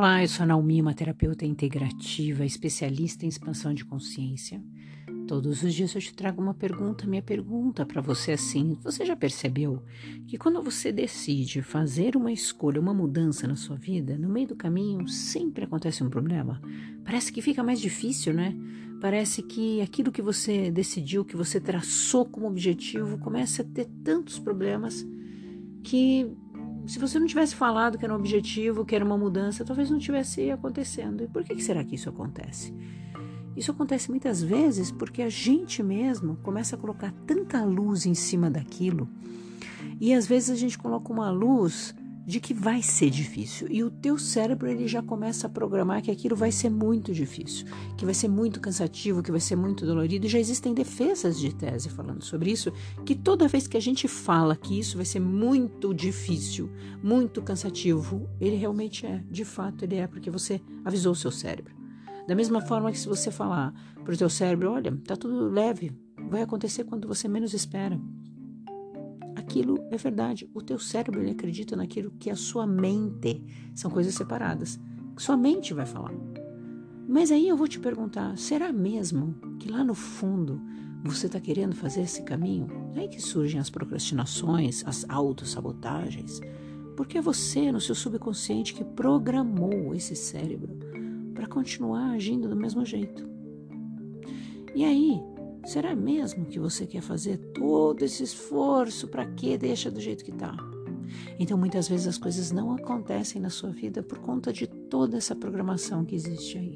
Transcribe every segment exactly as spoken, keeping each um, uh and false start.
Olá, eu sou a Naomi, uma terapeuta integrativa, especialista em expansão de consciência. Todos os dias eu te trago uma pergunta. Minha pergunta para você é assim: você já percebeu que quando você decide fazer uma escolha, uma mudança na sua vida, no meio do caminho sempre acontece um problema? Parece que fica mais difícil, né? Parece que aquilo que você decidiu, que você traçou como objetivo, começa a ter tantos problemas que, se você não tivesse falado que era um objetivo, que era uma mudança, talvez não tivesse acontecendo. E por que será que isso acontece? Isso acontece muitas vezes porque a gente mesmo começa a colocar tanta luz em cima daquilo, e às vezes a gente coloca uma luz de que vai ser difícil, e o teu cérebro ele já começa a programar que aquilo vai ser muito difícil, que vai ser muito cansativo, que vai ser muito dolorido. E já existem defesas de tese falando sobre isso, que toda vez que a gente fala que isso vai ser muito difícil, muito cansativo, ele realmente é, de fato ele é, porque você avisou o seu cérebro. Da mesma forma que se você falar para o teu cérebro, olha, tá tudo leve, vai acontecer quando você menos espera. Aquilo é verdade. O teu cérebro ele acredita naquilo que a sua mente, são coisas separadas, que sua mente vai falar. Mas aí eu vou te perguntar, será mesmo que lá no fundo você está querendo fazer esse caminho? É aí que surgem as procrastinações, as autossabotagens, porque é você, no seu subconsciente, que programou esse cérebro para continuar agindo do mesmo jeito. E aí, será mesmo que você quer fazer todo esse esforço? Para que deixa do jeito que está? Então, muitas vezes as coisas não acontecem na sua vida por conta de toda essa programação que existe aí.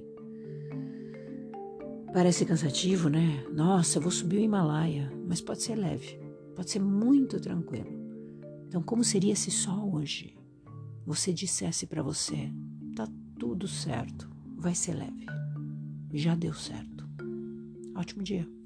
Parece cansativo, né? Nossa, eu vou subir o Himalaia, mas pode ser leve, pode ser muito tranquilo. Então, como seria se só hoje você dissesse para você, tá tudo certo, vai ser leve, já deu certo. Ótimo dia.